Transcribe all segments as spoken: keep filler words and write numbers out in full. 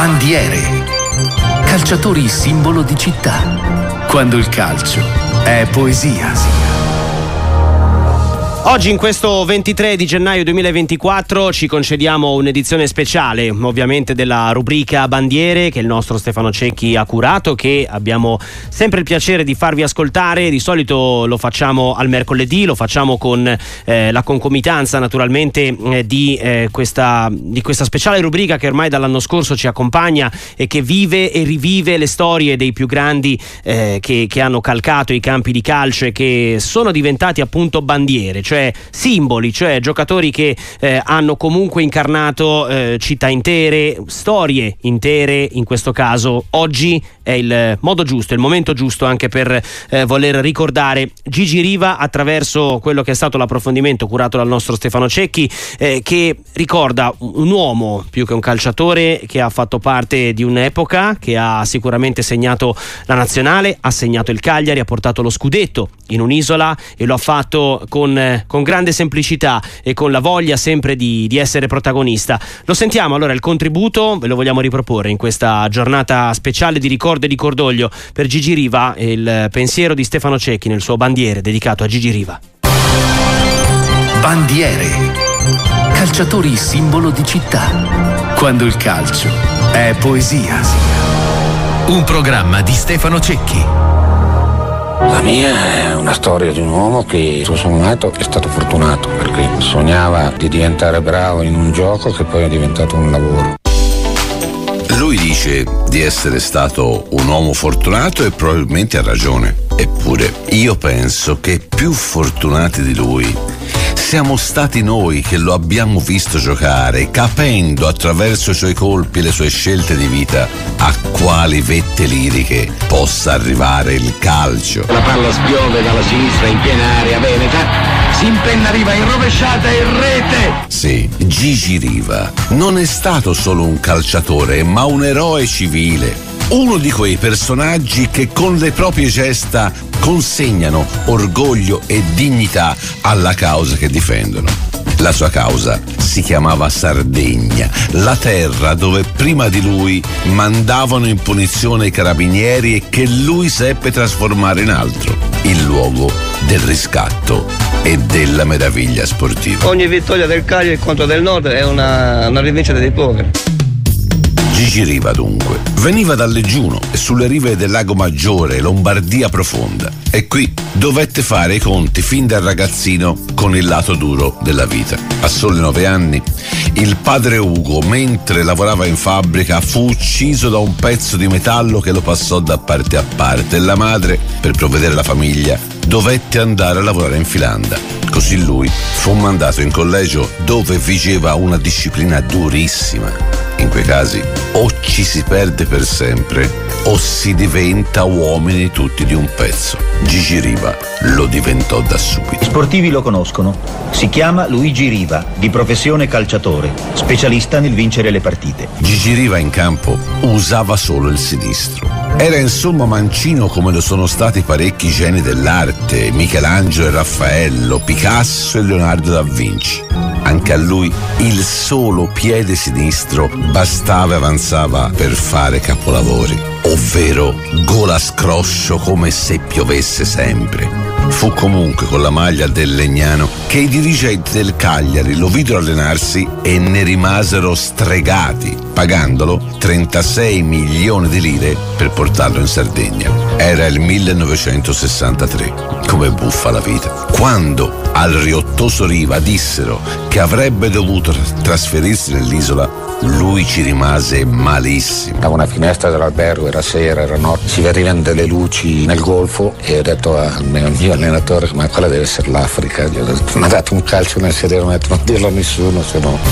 Bandiere. Calciatori simbolo di città. Quando il calcio è poesia. Oggi in questo ventitré di gennaio duemilaventiquattro ci concediamo un'edizione speciale, ovviamente della rubrica Bandiere che il nostro Stefano Cecchi ha curato, che abbiamo sempre il piacere di farvi ascoltare. Di solito lo facciamo al mercoledì, lo facciamo con eh, la concomitanza naturalmente eh, di, eh, questa, di questa speciale rubrica che ormai dall'anno scorso ci accompagna e che vive e rivive le storie dei più grandi eh, che, che hanno calcato i campi di calcio e che sono diventati appunto bandiere, cioè simboli, cioè giocatori che eh, hanno comunque incarnato eh, città intere, storie intere. In questo caso oggi è il modo giusto, il momento giusto anche per eh, voler ricordare Gigi Riva attraverso quello che è stato l'approfondimento curato dal nostro Stefano Cecchi, eh, che ricorda un uomo più che un calciatore che ha fatto parte di un'epoca, che ha sicuramente segnato la nazionale, ha segnato il Cagliari, ha portato lo scudetto in un'isola e lo ha fatto con, con grande semplicità e con la voglia sempre di, di essere protagonista. Lo sentiamo allora il contributo, ve lo vogliamo riproporre in questa giornata speciale di ricordo e di cordoglio per Gigi Riva, e il pensiero di Stefano Cecchi nel suo Bandiere dedicato a Gigi Riva. Bandiere. Calciatori simbolo di città. Quando il calcio è poesia. Un programma di Stefano Cecchi. La mia è una storia di un uomo che tutto sommato è stato fortunato, perché sognava di diventare bravo in un gioco che poi è diventato un lavoro. Lui dice di essere stato un uomo fortunato e probabilmente ha ragione. Eppure io penso che più fortunati di lui siamo stati noi che lo abbiamo visto giocare, capendo attraverso i suoi colpi e le sue scelte di vita a quali vette liriche possa arrivare il calcio. La palla spiove dalla sinistra in piena area veneta, si impenna Riva in rovesciata e in rete. Sì, Gigi Riva non è stato solo un calciatore, ma un eroe civile. Uno di quei personaggi che con le proprie gesta consegnano orgoglio e dignità alla causa che difendono. La sua causa si chiamava Sardegna, la terra dove prima di lui mandavano in punizione i carabinieri e che lui seppe trasformare in altro, il luogo del riscatto e della meraviglia sportiva. Ogni vittoria del Cagliari contro del Nord è una, una rivincita dei poveri. Gigi Riva dunque veniva dal Leggiuno e sulle rive del Lago Maggiore, Lombardia profonda, e qui dovette fare i conti fin da ragazzino con il lato duro della vita. A soli nove anni il padre Ugo, mentre lavorava in fabbrica, fu ucciso da un pezzo di metallo che lo passò da parte a parte, e la madre, per provvedere la famiglia, dovette andare a lavorare in Finlandia. Così lui fu mandato in collegio dove vigeva una disciplina durissima. In quei casi o ci si perde per sempre o si diventa uomini tutti di un pezzo. Gigi Riva lo diventò da subito. Gli sportivi lo conoscono. Si chiama Luigi Riva, di professione calciatore, specialista nel vincere le partite. Gigi Riva in campo usava solo il sinistro. Era insomma mancino come lo sono stati parecchi geni dell'arte, Michelangelo e Raffaello, Picasso e Leonardo da Vinci. Anche a lui il solo piede sinistro bastava e avanzava per fare capolavori, ovvero gol a scroscio come se piovesse sempre. Fu comunque con la maglia del Legnano che i dirigenti del Cagliari lo videro allenarsi e ne rimasero stregati, pagandolo trentasei milioni di lire per portarlo in Sardegna. Era il millenovecentosessantatré. Come buffa la vita. Quando al riottoso Riva dissero che avrebbe dovuto trasferirsi nell'isola, lui ci rimase malissimo. Da una finestra dell'albergo, era sera, era notte, si vedevano delle luci nel golfo e ho detto al mio allenatore: ma quella deve essere l'Africa. Gli ho detto: mi ha dato un calcio nel sedere, non dirlo a nessuno, se no.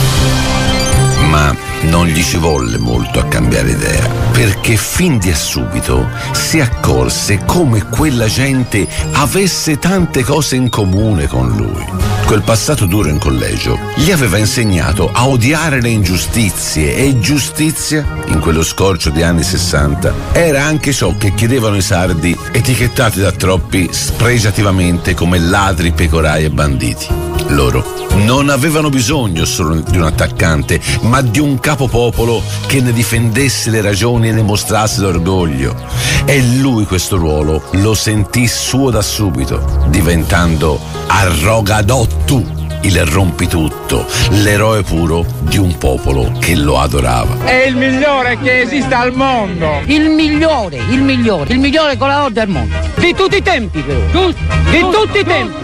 Ma non gli ci volle molto a cambiare idea, perché fin da subito si accorse come quella gente avesse tante cose in comune con lui. Quel passato duro in collegio gli aveva insegnato a odiare le ingiustizie, e giustizia, in quello scorcio di anni sessanta, era anche ciò che chiedevano i sardi, etichettati da troppi spregiativamente come ladri, pecorai e banditi. Loro non avevano bisogno solo di un attaccante, ma di un capopopolo che ne difendesse le ragioni e ne mostrasse l'orgoglio. E lui questo ruolo lo sentì suo da subito, diventando Arrogadottu, il rompitutto, l'eroe puro di un popolo che lo adorava. È il migliore che esista al mondo. Il migliore, il migliore, il migliore con la O del mondo. Di tutti i tempi, però. Tut, di tutti i tempi.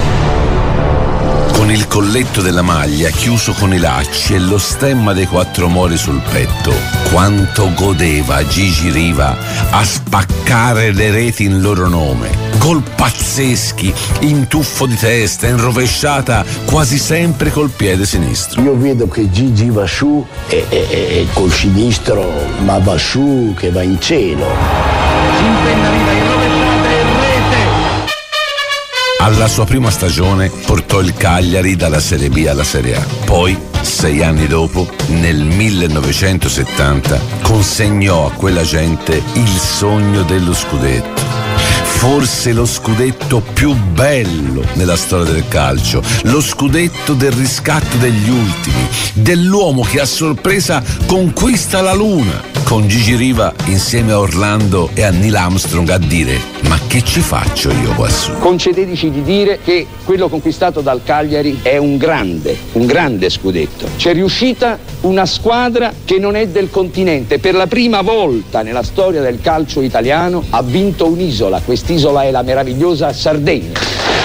Con il colletto della maglia chiuso con i lacci e lo stemma dei quattro mori sul petto, quanto godeva Gigi Riva a spaccare le reti in loro nome. Gol pazzeschi, in tuffo di testa, in rovesciata, quasi sempre col piede sinistro. Io vedo che Gigi va su e, e, e col sinistro, ma va su che va in cielo. Si impenna Riva in rovesciata e rete. Alla sua prima stagione portò il Cagliari dalla Serie B alla Serie A. Poi, sei anni dopo, nel millenovecentosettanta, consegnò a quella gente il sogno dello scudetto. Forse lo scudetto più bello nella storia del calcio, lo scudetto del riscatto degli ultimi, dell'uomo che a sorpresa conquista la luna, con Gigi Riva insieme a Orlando e a Neil Armstrong a dire: ma che ci faccio io quassù? Concedeteci di dire che quello conquistato dal Cagliari è un grande, un grande scudetto. C'è riuscita una squadra che non è del continente. Per la prima volta nella storia del calcio italiano ha vinto un'isola. Quest'isola è la meravigliosa Sardegna.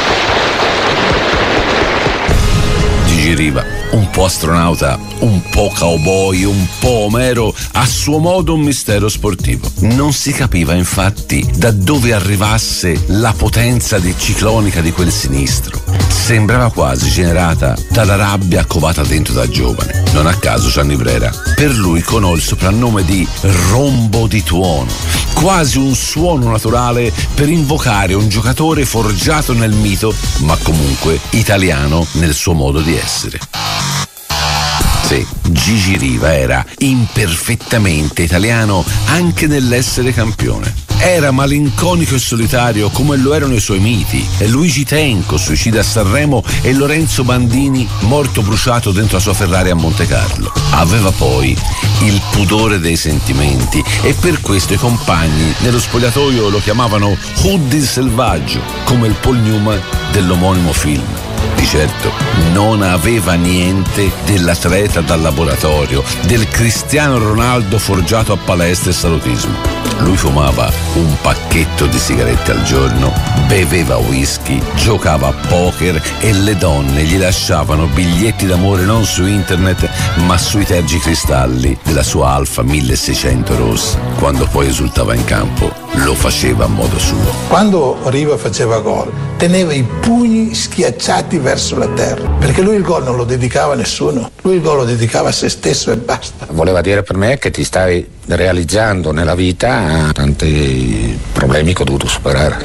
Gigi Riva, un po' astronauta, un po' cowboy, un po' Omero, a suo modo un mistero sportivo. Non si capiva infatti da dove arrivasse la potenza ciclonica di quel sinistro. Sembrava quasi generata dalla rabbia covata dentro da giovane. Non a caso Gianni Brera per lui conò il soprannome di rombo di tuono, quasi un suono naturale per invocare un giocatore forgiato nel mito, ma comunque italiano nel suo modo di essere. Sì, Gigi Riva era imperfettamente italiano anche nell'essere campione. Era malinconico e solitario come lo erano i suoi miti, e Luigi Tenco, suicida a Sanremo, e Lorenzo Bandini, morto bruciato dentro la sua Ferrari a Monte Carlo. Aveva poi il pudore dei sentimenti e per questo i compagni nello spogliatoio lo chiamavano Hood il selvaggio, come il Paul Newman dell'omonimo film. Di certo non aveva niente dell'atleta da laboratorio, del Cristiano Ronaldo forgiato a palestra e salutismo. Lui fumava un pacchetto di sigarette al giorno, beveva whisky, giocava a poker e le donne gli lasciavano biglietti d'amore non su internet ma sui tergicristalli della sua Alfa milleseicento rossa. Quando poi esultava in campo lo faceva a modo suo. Quando Riva faceva gol teneva i pugni schiacciati verso la terra, perché lui il gol non lo dedicava a nessuno, lui il gol lo dedicava a se stesso e basta. Voleva dire per me che ti stai realizzando nella vita tanti problemi che ho dovuto superare.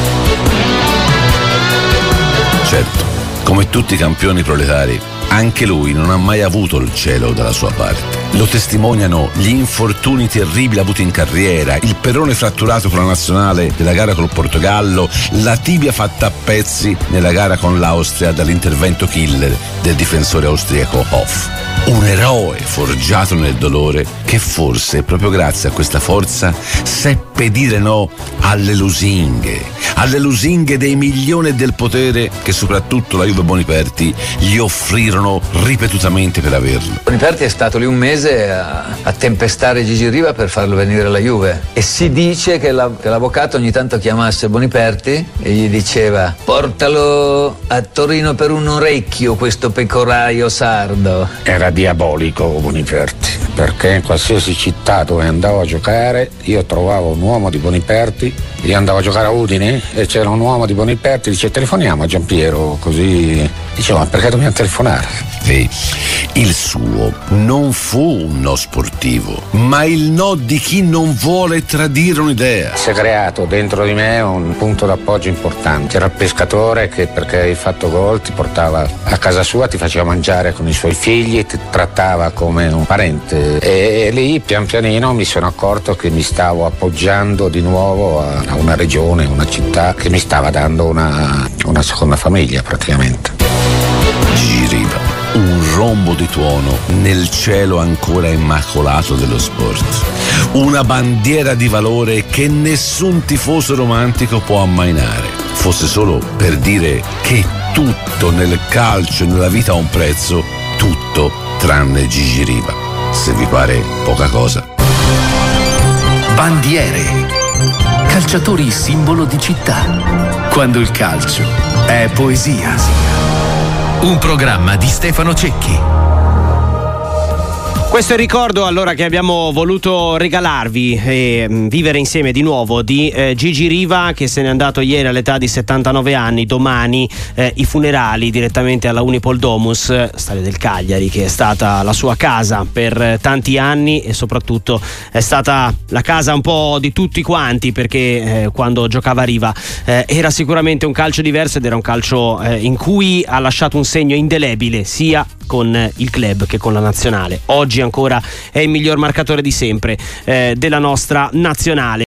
Certo, come tutti i campioni proletari, anche lui non ha mai avuto il cielo dalla sua parte. Lo testimoniano gli infortuni terribili avuti in carriera, il perone fratturato con la nazionale della gara col Portogallo, la tibia fatta a pezzi nella gara con l'Austria dall'intervento killer del difensore austriaco Hoff. Un eroe forgiato nel dolore che forse proprio grazie a questa forza seppe dire no alle lusinghe, alle lusinghe dei milioni e del potere che soprattutto la Juve Boniperti gli offrirono ripetutamente per averlo. Boniperti è stato lì un mese a, a tempestare Gigi Riva per farlo venire alla Juve e si dice che, la, che l'avvocato ogni tanto chiamasse Boniperti e gli diceva: portalo a Torino per un orecchio questo pecoraio sardo. Era diabolico Boniperti, perché in qualsiasi città dove andavo a giocare io trovavo un uomo di Boniperti. Io andavo a giocare a Udine e c'era un uomo di Boniperti, dice telefoniamo a Giampiero, così dicevo ma perché dobbiamo telefonare? Sì, il suo non fu un no sportivo, ma il no di chi non vuole tradire un'idea. Si è creato dentro di me un punto d'appoggio importante. Era il pescatore che perché hai fatto gol ti portava a casa sua, ti faceva mangiare con i suoi figli, ti trattava come un parente e, e lì pian pianino mi sono accorto che mi stavo appoggiando di nuovo a a una regione, una città che mi stava dando una, una seconda famiglia praticamente. Gigi Riva, un rombo di tuono nel cielo ancora immacolato dello sport. Una bandiera di valore che nessun tifoso romantico può ammainare, fosse solo per dire che tutto nel calcio e nella vita ha un prezzo, tutto tranne Gigi Riva, se vi pare poca cosa. Bandiere. Calciatori simbolo di città. Quando il calcio è poesia. Un programma di Stefano Cecchi. Questo è il ricordo allora che abbiamo voluto regalarvi e mh, vivere insieme di nuovo di eh, Gigi Riva, che se n'è andato ieri all'età di settantanove anni. Domani eh, i funerali direttamente alla Unipol Domus, stadio del Cagliari, che è stata la sua casa per eh, tanti anni e soprattutto è stata la casa un po' di tutti quanti, perché eh, quando giocava Riva eh, era sicuramente un calcio diverso ed era un calcio eh, in cui ha lasciato un segno indelebile sia con eh, il club che con la nazionale. Oggi ancora è il miglior marcatore di sempre eh, della nostra nazionale.